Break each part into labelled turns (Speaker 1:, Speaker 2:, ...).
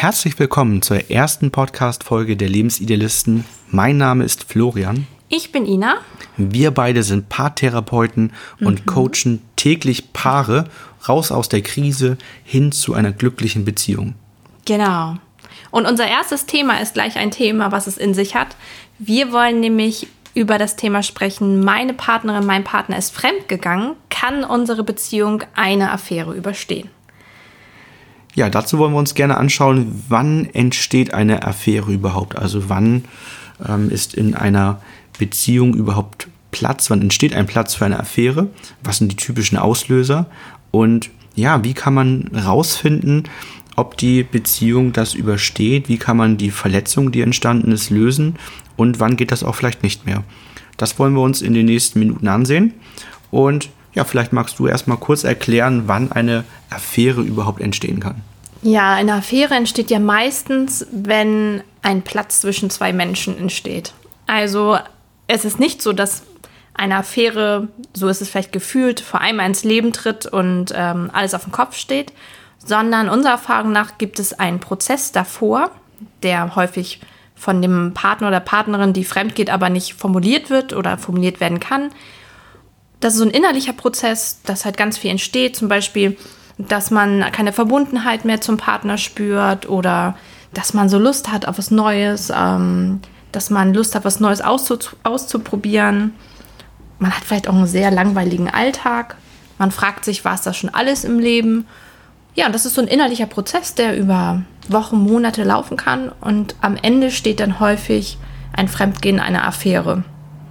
Speaker 1: Herzlich willkommen zur ersten Podcast-Folge der Lebensidealisten. Mein Name ist Florian.
Speaker 2: Ich bin Ina.
Speaker 1: Wir beide sind Paartherapeuten und coachen täglich Paare raus aus der Krise hin zu einer glücklichen Beziehung.
Speaker 2: Genau. Und unser erstes Thema ist gleich ein Thema, was es in sich hat. Wir wollen nämlich über das Thema sprechen, meine Partnerin, mein Partner ist fremdgegangen. Kann unsere Beziehung eine Affäre überstehen?
Speaker 1: Ja, dazu wollen wir uns gerne anschauen, wann entsteht eine Affäre überhaupt? Also wann ist in einer Beziehung überhaupt Platz? Wann entsteht ein Platz für eine Affäre? Was sind die typischen Auslöser? Und ja, wie kann man rausfinden, ob die Beziehung das übersteht? Wie kann man die Verletzung, die entstanden ist, lösen? Und wann geht das auch vielleicht nicht mehr? Das wollen wir uns in den nächsten Minuten ansehen. Und ja, vielleicht magst du erst mal kurz erklären, wann eine Affäre überhaupt entstehen kann.
Speaker 2: Ja, eine Affäre entsteht ja meistens, wenn ein Platz zwischen zwei Menschen entsteht. Also es ist nicht so, dass eine Affäre, so ist es vielleicht gefühlt, vor einmal ins Leben tritt und alles auf dem Kopf steht, sondern unserer Erfahrung nach gibt es einen Prozess davor, der häufig von dem Partner oder Partnerin, die fremd geht, aber nicht formuliert wird oder formuliert werden kann. Das ist so ein innerlicher Prozess, dass halt ganz viel entsteht, zum Beispiel, dass man keine Verbundenheit mehr zum Partner spürt oder dass man so Lust hat auf was Neues, dass man Lust hat, was Neues auszuprobieren. Man hat vielleicht auch einen sehr langweiligen Alltag. Man fragt sich, war es das schon alles im Leben? Ja, und das ist so ein innerlicher Prozess, der über Wochen, Monate laufen kann und am Ende steht dann häufig ein Fremdgehen, eine Affäre.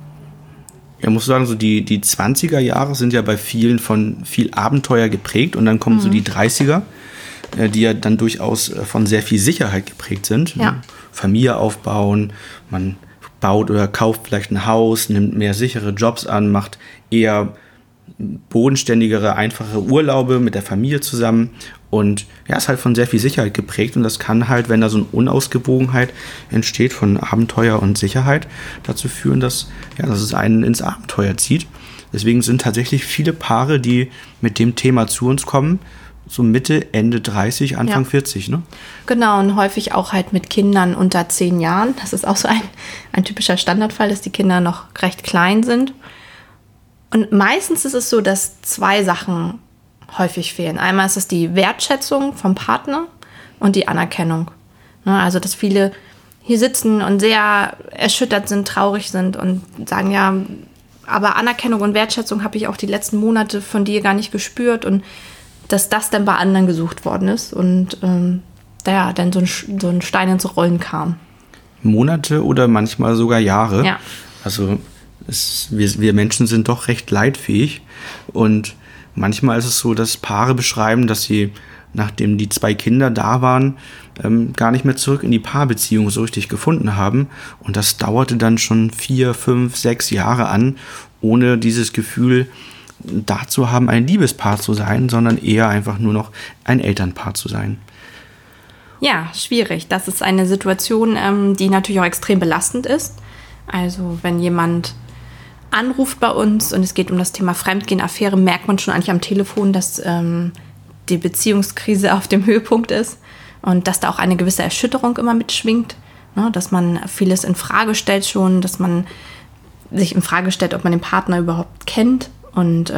Speaker 1: Ja, muss sagen, so die 20er Jahre sind ja bei vielen von viel Abenteuer geprägt und dann kommen so die 30er, die ja dann durchaus von sehr viel Sicherheit geprägt sind.
Speaker 2: Ja.
Speaker 1: Familie aufbauen, man baut oder kauft vielleicht ein Haus, nimmt mehr sichere Jobs an, macht eher bodenständigere, einfache Urlaube mit der Familie zusammen und ja, ist halt von sehr viel Sicherheit geprägt und das kann halt, wenn da so eine Unausgewogenheit entsteht von Abenteuer und Sicherheit, dazu führen, dass es einen ins Abenteuer zieht. Deswegen sind tatsächlich viele Paare, die mit dem Thema zu uns kommen, so Mitte, Ende 30, Anfang 40, ne?
Speaker 2: Genau, und häufig auch halt mit Kindern unter 10 Jahren. Das ist auch so ein typischer Standardfall, dass die Kinder noch recht klein sind. Und meistens ist es so, dass zwei Sachen häufig fehlen. Einmal ist es die Wertschätzung vom Partner und die Anerkennung. Also, dass viele hier sitzen und sehr erschüttert sind, traurig sind und sagen, ja, aber Anerkennung und Wertschätzung habe ich auch die letzten Monate von dir gar nicht gespürt und dass das dann bei anderen gesucht worden ist und dann so ein Stein ins Rollen kam.
Speaker 1: Monate oder manchmal sogar Jahre.
Speaker 2: Ja.
Speaker 1: Also wir Menschen sind doch recht leidfähig und manchmal ist es so, dass Paare beschreiben, dass sie, nachdem die 2 Kinder da waren, gar nicht mehr zurück in die Paarbeziehung so richtig gefunden haben und das dauerte dann schon 4, 5, 6 Jahre an, ohne dieses Gefühl dazu haben, ein Liebespaar zu sein, sondern eher einfach nur noch ein Elternpaar zu sein.
Speaker 2: Ja, schwierig. Das ist eine Situation, die natürlich auch extrem belastend ist. Also wenn jemand anruft bei uns und es geht um das Thema Fremdgehen, Affäre, merkt man schon eigentlich am Telefon, dass die Beziehungskrise auf dem Höhepunkt ist und dass da auch eine gewisse Erschütterung immer mitschwingt, ne? Dass man vieles in Frage stellt schon, dass man sich in Frage stellt, ob man den Partner überhaupt kennt und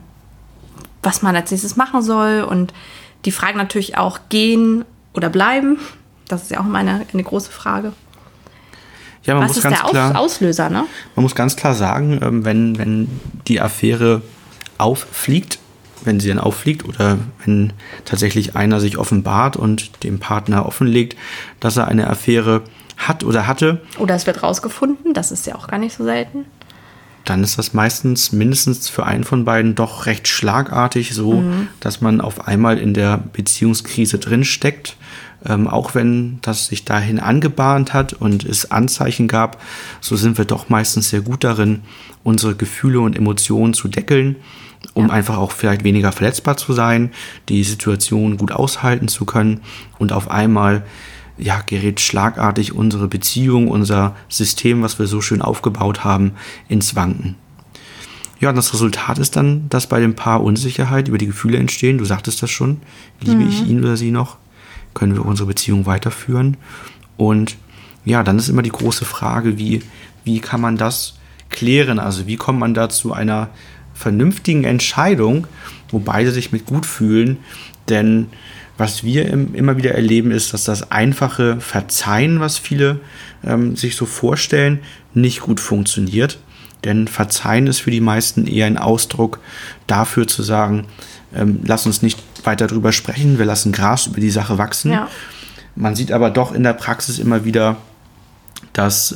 Speaker 2: was man als nächstes machen soll und die Frage natürlich auch gehen oder bleiben, das ist ja auch immer eine große Frage.
Speaker 1: Ja,
Speaker 2: was ist der Auslöser, ne?
Speaker 1: Man muss ganz klar sagen, wenn die Affäre auffliegt, wenn sie dann auffliegt oder wenn tatsächlich einer sich offenbart und dem Partner offenlegt, dass er eine Affäre hat oder hatte.
Speaker 2: Oder es wird rausgefunden, das ist ja auch gar nicht so selten.
Speaker 1: Dann ist das meistens mindestens für einen von beiden doch recht schlagartig so, dass man auf einmal in der Beziehungskrise drinsteckt. Auch wenn das sich dahin angebahnt hat und es Anzeichen gab, so sind wir doch meistens sehr gut darin, unsere Gefühle und Emotionen zu deckeln, um einfach auch vielleicht weniger verletzbar zu sein, die Situation gut aushalten zu können und auf einmal gerät schlagartig unsere Beziehung, unser System, was wir so schön aufgebaut haben, ins Wanken. Ja, und das Resultat ist dann, dass bei dem Paar Unsicherheit über die Gefühle entstehen. Du sagtest das schon. Liebe ich ihn oder sie noch? können wir unsere Beziehung weiterführen. Und ja, dann ist immer die große Frage, wie kann man das klären? Also wie kommt man da zu einer vernünftigen Entscheidung, wo beide sich mit gut fühlen? Denn was wir immer wieder erleben, ist, dass das einfache Verzeihen, was viele sich so vorstellen, nicht gut funktioniert. Denn Verzeihen ist für die meisten eher ein Ausdruck dafür zu sagen, lass uns nicht weiter drüber sprechen, wir lassen Gras über die Sache wachsen. Ja. Man sieht aber doch in der Praxis immer wieder, dass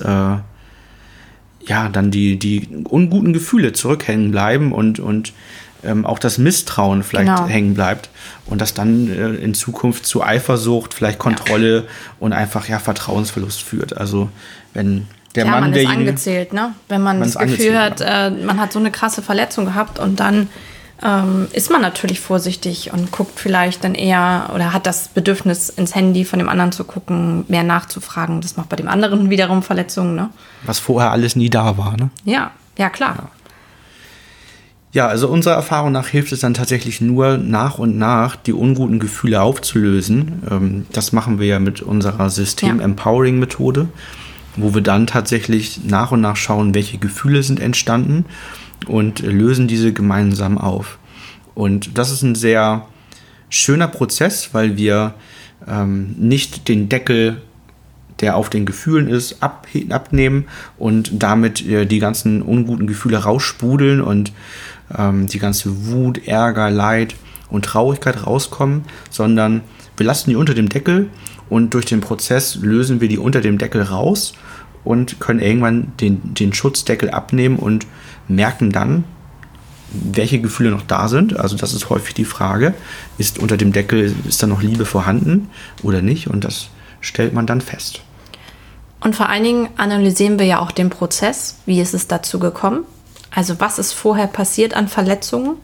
Speaker 1: dann die unguten Gefühle zurückhängen bleiben und auch das Misstrauen vielleicht hängen bleibt und das dann in Zukunft zu Eifersucht, vielleicht Kontrolle und einfach Vertrauensverlust führt. Also wenn der Mann,
Speaker 2: man ist angezählt, ne? Wenn man das Gefühl hat, man hat so eine krasse Verletzung gehabt und dann ist man natürlich vorsichtig und guckt vielleicht dann eher oder hat das Bedürfnis, ins Handy von dem anderen zu gucken, mehr nachzufragen. Das macht bei dem anderen wiederum Verletzungen, ne?
Speaker 1: Was vorher alles nie da war, ne?
Speaker 2: Ja, klar.
Speaker 1: Ja, also unserer Erfahrung nach hilft es dann tatsächlich nur nach und nach, die unguten Gefühle aufzulösen. Das machen wir ja mit unserer System-Empowering-Methode, wo wir dann tatsächlich nach und nach schauen, welche Gefühle sind entstanden und lösen diese gemeinsam auf. Und das ist ein sehr schöner Prozess, weil wir nicht den Deckel, der auf den Gefühlen ist, abnehmen und damit die ganzen unguten Gefühle raussprudeln und die ganze Wut, Ärger, Leid und Traurigkeit rauskommen, sondern wir lassen die unter dem Deckel und durch den Prozess lösen wir die unter dem Deckel raus und können irgendwann den Schutzdeckel abnehmen und merken dann, welche Gefühle noch da sind. Also das ist häufig die Frage, ist unter dem Deckel, ist da noch Liebe vorhanden oder nicht? Und das stellt man dann fest.
Speaker 2: Und vor allen Dingen analysieren wir ja auch den Prozess, wie ist es dazu gekommen? Also was ist vorher passiert an Verletzungen,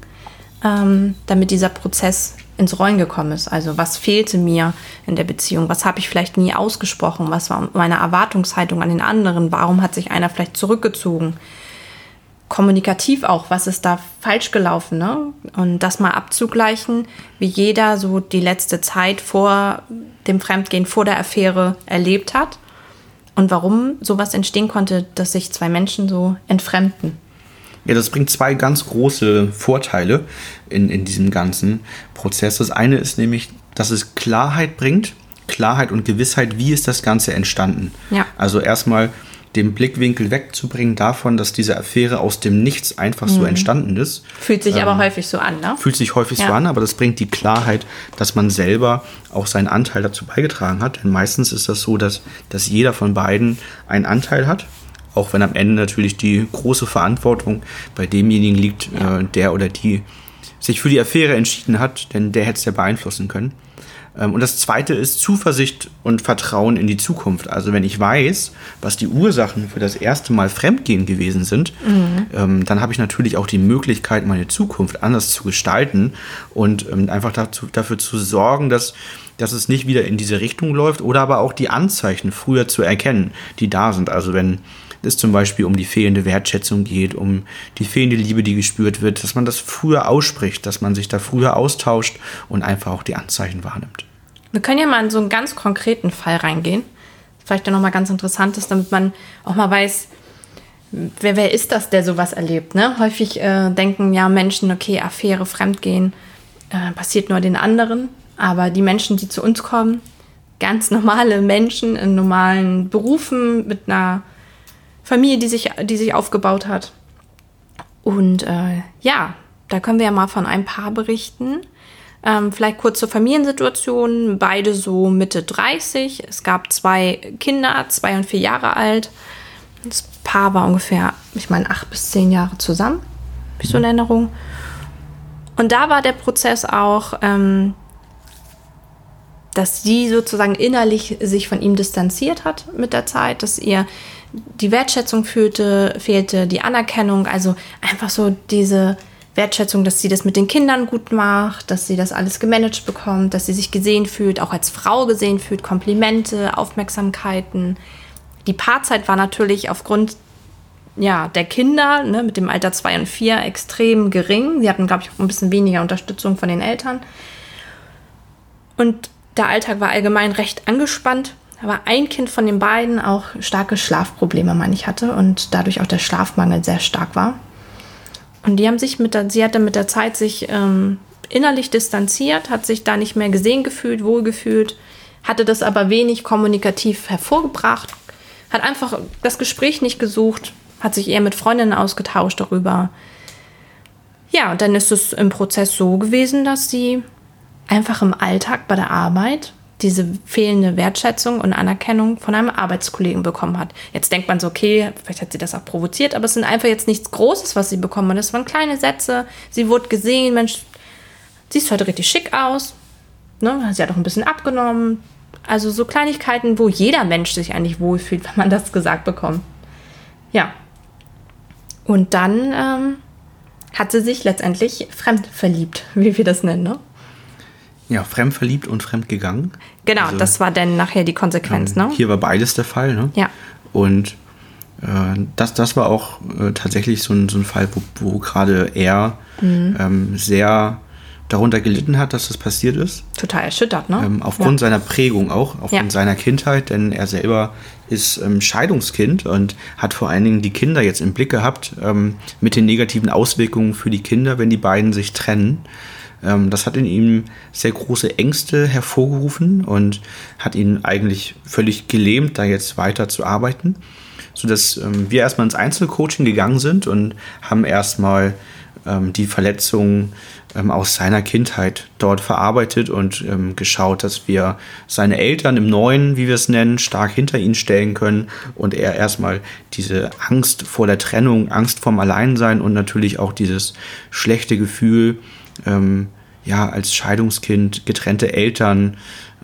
Speaker 2: damit dieser Prozess ins Rollen gekommen ist? Also was fehlte mir in der Beziehung? Was habe ich vielleicht nie ausgesprochen? Was war meine Erwartungshaltung an den anderen? Warum hat sich einer vielleicht zurückgezogen? Kommunikativ auch, was ist da falsch gelaufen? Ne? Und das mal abzugleichen, wie jeder so die letzte Zeit vor dem Fremdgehen, vor der Affäre erlebt hat und warum sowas entstehen konnte, dass sich zwei Menschen so entfremden.
Speaker 1: Ja, das bringt zwei ganz große Vorteile in diesem ganzen Prozess. Das eine ist nämlich, dass es Klarheit bringt, Klarheit und Gewissheit, wie ist das Ganze entstanden. Ja. Also erstmal den Blickwinkel wegzubringen davon, dass diese Affäre aus dem Nichts einfach so entstanden ist.
Speaker 2: Fühlt sich aber häufig so an, ne?
Speaker 1: Fühlt sich häufig so an, aber das bringt die Klarheit, dass man selber auch seinen Anteil dazu beigetragen hat. Denn meistens ist das so, dass jeder von beiden einen Anteil hat. Auch wenn am Ende natürlich die große Verantwortung bei demjenigen liegt, der oder die sich für die Affäre entschieden hat, denn der hätte es ja beeinflussen können. Und das Zweite ist Zuversicht und Vertrauen in die Zukunft. Also wenn ich weiß, was die Ursachen für das erste Mal Fremdgehen gewesen sind, dann habe ich natürlich auch die Möglichkeit, meine Zukunft anders zu gestalten und einfach dafür zu sorgen, dass es nicht wieder in diese Richtung läuft oder aber auch die Anzeichen früher zu erkennen, die da sind. Also wenn es zum Beispiel um die fehlende Wertschätzung geht, um die fehlende Liebe, die gespürt wird, dass man das früher ausspricht, dass man sich da früher austauscht und einfach auch die Anzeichen wahrnimmt.
Speaker 2: Wir können ja mal in so einen ganz konkreten Fall reingehen. Vielleicht auch nochmal ganz interessant ist, damit man auch mal weiß, wer ist das, der sowas erlebt. Ne? Häufig denken ja Menschen, okay, Affäre, Fremdgehen, passiert nur den anderen. Aber die Menschen, die zu uns kommen, ganz normale Menschen in normalen Berufen mit einer Familie, die sich aufgebaut hat. Und da können wir ja mal von einem Paar berichten. Vielleicht kurz zur Familiensituation. Beide so Mitte 30. Es gab 2 Kinder, 2 und 4 Jahre alt. Das Paar war ungefähr, 8 bis 10 Jahre zusammen. Habe ich so in Erinnerung. Und da war der Prozess auch, dass sie sozusagen innerlich sich von ihm distanziert hat mit der Zeit, dass ihr die Wertschätzung fehlte, die Anerkennung, also einfach so diese Wertschätzung, dass sie das mit den Kindern gut macht, dass sie das alles gemanagt bekommt, dass sie sich gesehen fühlt, auch als Frau gesehen fühlt, Komplimente, Aufmerksamkeiten. Die Paarzeit war natürlich aufgrund der Kinder, ne, mit dem Alter 2 und 4 extrem gering. Sie hatten, glaube ich, auch ein bisschen weniger Unterstützung von den Eltern. Und Der Alltag war allgemein recht angespannt. Da war ein Kind von den beiden auch starke Schlafprobleme, meine ich, hatte und dadurch auch der Schlafmangel sehr stark war. Und die haben sich sie hat dann mit der Zeit sich innerlich distanziert, hat sich da nicht mehr gesehen gefühlt, wohlgefühlt, hatte das aber wenig kommunikativ hervorgebracht, hat einfach das Gespräch nicht gesucht, hat sich eher mit Freundinnen ausgetauscht darüber. Ja, und dann ist es im Prozess so gewesen, dass sie einfach im Alltag bei der Arbeit diese fehlende Wertschätzung und Anerkennung von einem Arbeitskollegen bekommen hat. Jetzt denkt man so, okay, vielleicht hat sie das auch provoziert, aber es sind einfach jetzt nichts Großes, was sie bekommen hat. Es waren kleine Sätze, sie wurde gesehen, Mensch, siehst heute richtig schick aus, ne? Sie hat auch ein bisschen abgenommen. Also so Kleinigkeiten, wo jeder Mensch sich eigentlich wohlfühlt, wenn man das gesagt bekommt. Ja. Und dann hat sie sich letztendlich fremd verliebt, wie wir das nennen, ne?
Speaker 1: Ja, fremd verliebt und fremd gegangen.
Speaker 2: Genau, also, das war dann nachher die Konsequenz, ne?
Speaker 1: Hier war beides der Fall, ne?
Speaker 2: Ja.
Speaker 1: Und das war auch tatsächlich so ein Fall, wo gerade er sehr darunter gelitten hat, dass das passiert ist.
Speaker 2: Total erschüttert, ne?
Speaker 1: Aufgrund seiner Prägung auch, aufgrund seiner Kindheit, denn er selber ist Scheidungskind und hat vor allen Dingen die Kinder jetzt im Blick gehabt, mit den negativen Auswirkungen für die Kinder, wenn die beiden sich trennen. Das hat in ihm sehr große Ängste hervorgerufen und hat ihn eigentlich völlig gelähmt, da jetzt weiter zu arbeiten, sodass wir erstmal ins Einzelcoaching gegangen sind und haben erstmal die Verletzungen aus seiner Kindheit dort verarbeitet und geschaut, dass wir seine Eltern im Neuen, wie wir es nennen, stark hinter ihn stellen können und er erstmal diese Angst vor der Trennung, Angst vorm Alleinsein und natürlich auch dieses schlechte Gefühl, als Scheidungskind, getrennte Eltern,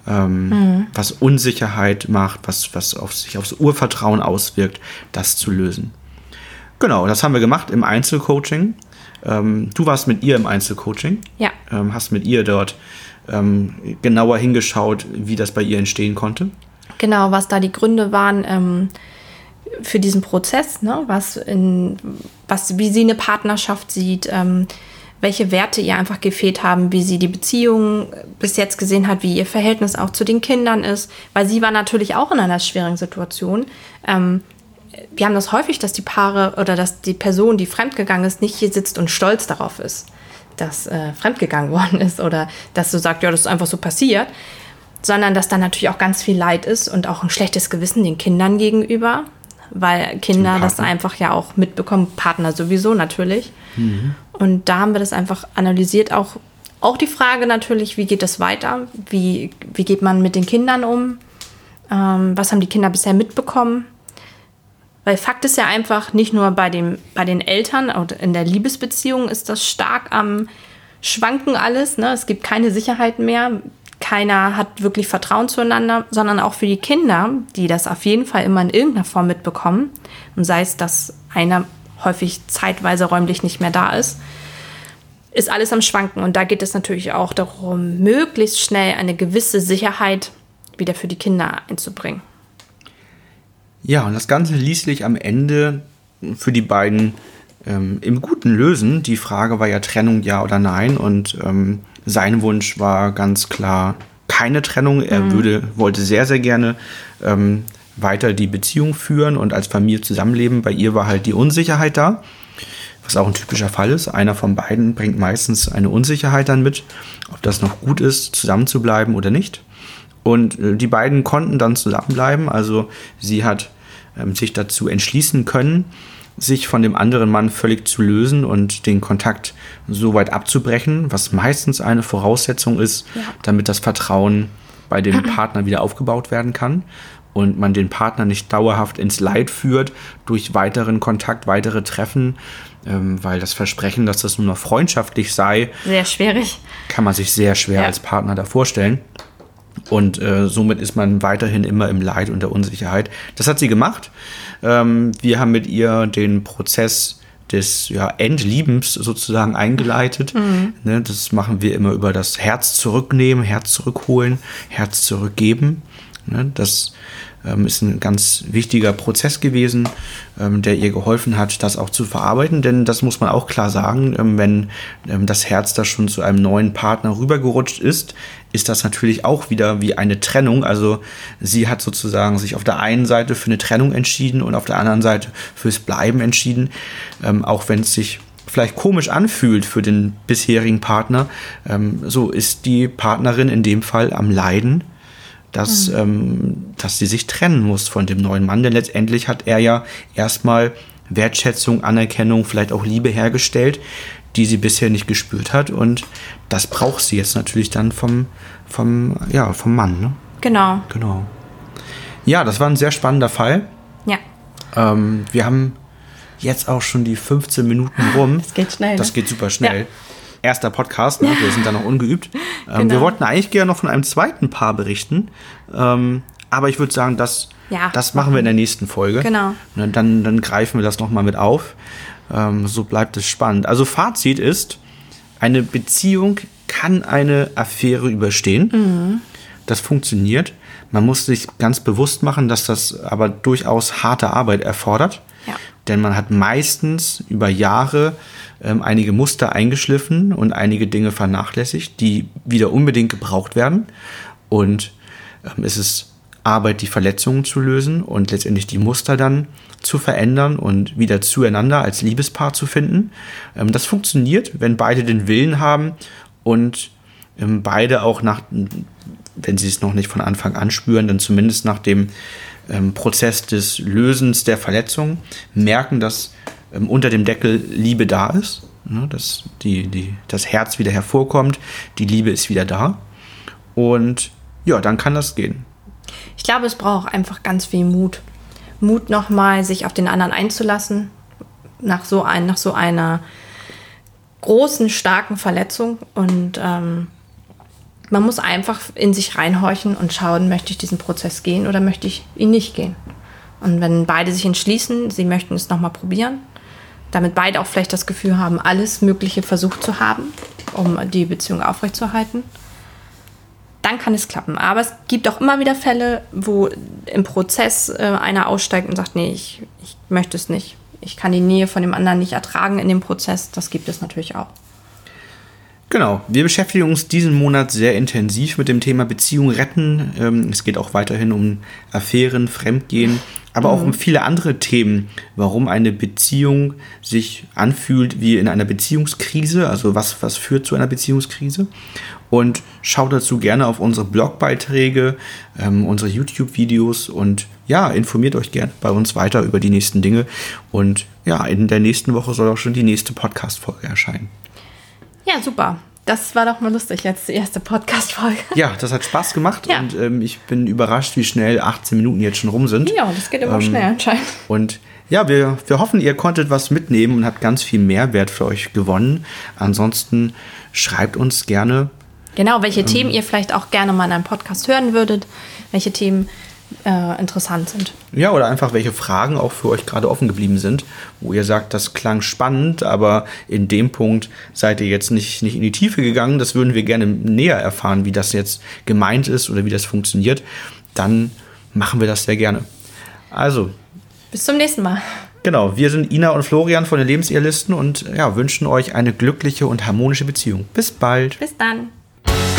Speaker 1: was Unsicherheit macht, was sich aufs Urvertrauen auswirkt, das zu lösen. Genau, das haben wir gemacht im Einzelcoaching. Du warst mit ihr im Einzelcoaching.
Speaker 2: Ja.
Speaker 1: Hast mit ihr dort genauer hingeschaut, wie das bei ihr entstehen konnte.
Speaker 2: Genau, was da die Gründe waren für diesen Prozess, ne? Wie sie eine Partnerschaft sieht, welche Werte ihr einfach gefehlt haben, wie sie die Beziehung bis jetzt gesehen hat, wie ihr Verhältnis auch zu den Kindern ist, weil sie war natürlich auch in einer schwierigen Situation. Wir haben das häufig, dass die Paare oder dass die Person, die fremdgegangen ist, nicht hier sitzt und stolz darauf ist, dass fremdgegangen worden ist oder dass du sagst, ja, das ist einfach so passiert, sondern dass da natürlich auch ganz viel Leid ist und auch ein schlechtes Gewissen den Kindern gegenüber, weil Kinder das einfach ja auch mitbekommen, Partner sowieso natürlich. Mhm. Und da haben wir das einfach analysiert, auch die Frage natürlich, wie geht es weiter, wie geht man mit den Kindern um, was haben die Kinder bisher mitbekommen. Weil Fakt ist ja einfach, nicht nur bei den Eltern oder in der Liebesbeziehung ist das stark am Schwanken alles. Ne? Es gibt keine Sicherheit mehr. Keiner hat wirklich Vertrauen zueinander, sondern auch für die Kinder, die das auf jeden Fall immer in irgendeiner Form mitbekommen. Und sei es, dass einer häufig zeitweise räumlich nicht mehr da ist alles am Schwanken. Und da geht es natürlich auch darum, möglichst schnell eine gewisse Sicherheit wieder für die Kinder einzubringen.
Speaker 1: Ja, und das Ganze ließ sich am Ende für die beiden im Guten lösen. Die Frage war ja Trennung, ja oder nein. Und sein Wunsch war ganz klar keine Trennung. Er wollte sehr, sehr gerne weiter die Beziehung führen und als Familie zusammenleben. Bei ihr war halt die Unsicherheit da, was auch ein typischer Fall ist. Einer von beiden bringt meistens eine Unsicherheit dann mit, ob das noch gut ist, zusammenzubleiben oder nicht. Und die beiden konnten dann zusammenbleiben. Also sie hat sich dazu entschließen können, sich von dem anderen Mann völlig zu lösen und den Kontakt so weit abzubrechen, was meistens eine Voraussetzung ist, damit das Vertrauen bei dem Partner wieder aufgebaut werden kann und man den Partner nicht dauerhaft ins Leid führt durch weiteren Kontakt, weitere Treffen, weil das Versprechen, dass das nur noch freundschaftlich sei,
Speaker 2: sehr schwierig,
Speaker 1: kann man sich sehr schwer als Partner da vorstellen. Und somit ist man weiterhin immer im Leid und der Unsicherheit. Das hat sie gemacht. Wir haben mit ihr den Prozess des Entliebens sozusagen eingeleitet. Ne, das machen wir immer über das Herz zurücknehmen, Herz zurückholen, Herz zurückgeben. Ne, das ist ein ganz wichtiger Prozess gewesen, der ihr geholfen hat, das auch zu verarbeiten. Denn das muss man auch klar sagen, wenn das Herz da schon zu einem neuen Partner rübergerutscht ist, ist das natürlich auch wieder wie eine Trennung. Also sie hat sozusagen sich auf der einen Seite für eine Trennung entschieden und auf der anderen Seite fürs Bleiben entschieden, auch wenn es sich vielleicht komisch anfühlt für den bisherigen Partner, so ist die Partnerin in dem Fall am Leiden, dass sie sich trennen muss von dem neuen Mann, denn letztendlich hat er ja erstmal Wertschätzung, Anerkennung, vielleicht auch Liebe hergestellt, die sie bisher nicht gespürt hat, und das braucht sie jetzt natürlich dann vom Mann. Ne?
Speaker 2: Genau.
Speaker 1: Ja, das war ein sehr spannender Fall.
Speaker 2: Ja.
Speaker 1: Wir haben jetzt auch schon die 15 Minuten rum.
Speaker 2: Das geht schnell.
Speaker 1: Das geht super schnell.
Speaker 2: Ja.
Speaker 1: Erster Podcast, ne? Wir sind da noch ungeübt.
Speaker 2: Genau.
Speaker 1: Wir wollten eigentlich gerne noch von einem zweiten Paar berichten. Aber ich würde sagen, das machen wir in der nächsten Folge.
Speaker 2: Genau.
Speaker 1: Dann greifen wir das nochmal mit auf. So bleibt es spannend. Also Fazit ist, eine Beziehung kann eine Affäre überstehen. Mhm. Das funktioniert. Man muss sich ganz bewusst machen, dass das aber durchaus harte Arbeit erfordert.
Speaker 2: Ja.
Speaker 1: Denn man hat meistens über Jahre einige Muster eingeschliffen und einige Dinge vernachlässigt, die wieder unbedingt gebraucht werden. Und es ist Arbeit, die Verletzungen zu lösen und letztendlich die Muster dann zu verändern und wieder zueinander als Liebespaar zu finden. Das funktioniert, wenn beide den Willen haben und beide auch wenn sie es noch nicht von Anfang an spüren, dann zumindest nach dem Prozess des Lösens der Verletzung merken, dass unter dem Deckel Liebe da ist, ne, dass das Herz wieder hervorkommt, die Liebe ist wieder da, und ja, dann kann das gehen.
Speaker 2: Ich glaube, es braucht einfach ganz viel Mut. Mut, nochmal sich auf den anderen einzulassen, nach so einer großen, starken Verletzung, und man muss einfach in sich reinhorchen und schauen, möchte ich diesen Prozess gehen oder möchte ich ihn nicht gehen. Und wenn beide sich entschließen, sie möchten es nochmal probieren, damit beide auch vielleicht das Gefühl haben, alles Mögliche versucht zu haben, um die Beziehung aufrechtzuerhalten, dann kann es klappen. Aber es gibt auch immer wieder Fälle, wo im Prozess einer aussteigt und sagt, nee, ich möchte es nicht. Ich kann die Nähe von dem anderen nicht ertragen in dem Prozess. Das gibt es natürlich auch.
Speaker 1: Genau, wir beschäftigen uns diesen Monat sehr intensiv mit dem Thema Beziehung retten. Es geht auch weiterhin um Affären, Fremdgehen, aber auch um viele andere Themen, warum eine Beziehung sich anfühlt wie in einer Beziehungskrise, also was führt zu einer Beziehungskrise. Und schaut dazu gerne auf unsere Blogbeiträge, unsere YouTube-Videos, und ja, informiert euch gerne bei uns weiter über die nächsten Dinge. Und ja, in der nächsten Woche soll auch schon die nächste Podcast-Folge erscheinen.
Speaker 2: Ja, super. Das war doch mal lustig, jetzt die erste Podcast-Folge.
Speaker 1: Ja, das hat Spaß gemacht,
Speaker 2: ja.
Speaker 1: Und ich bin überrascht, wie schnell 18 Minuten jetzt schon rum sind.
Speaker 2: Ja, das geht immer schnell anscheinend.
Speaker 1: Und ja, wir hoffen, ihr konntet was mitnehmen und habt ganz viel Mehrwert für euch gewonnen. Ansonsten schreibt uns gerne.
Speaker 2: Genau, welche Themen ihr vielleicht auch gerne mal in einem Podcast hören würdet, welche Themen interessant sind.
Speaker 1: Ja, oder einfach welche Fragen auch für euch gerade offen geblieben sind, wo ihr sagt, das klang spannend, aber in dem Punkt seid ihr jetzt nicht in die Tiefe gegangen. Das würden wir gerne näher erfahren, wie das jetzt gemeint ist oder wie das funktioniert. Dann machen wir das sehr gerne. Also.
Speaker 2: Bis zum nächsten Mal.
Speaker 1: Genau, wir sind Ina und Florian von den Lebensehrlisten und ja, wünschen euch eine glückliche und harmonische Beziehung. Bis bald.
Speaker 2: Bis dann.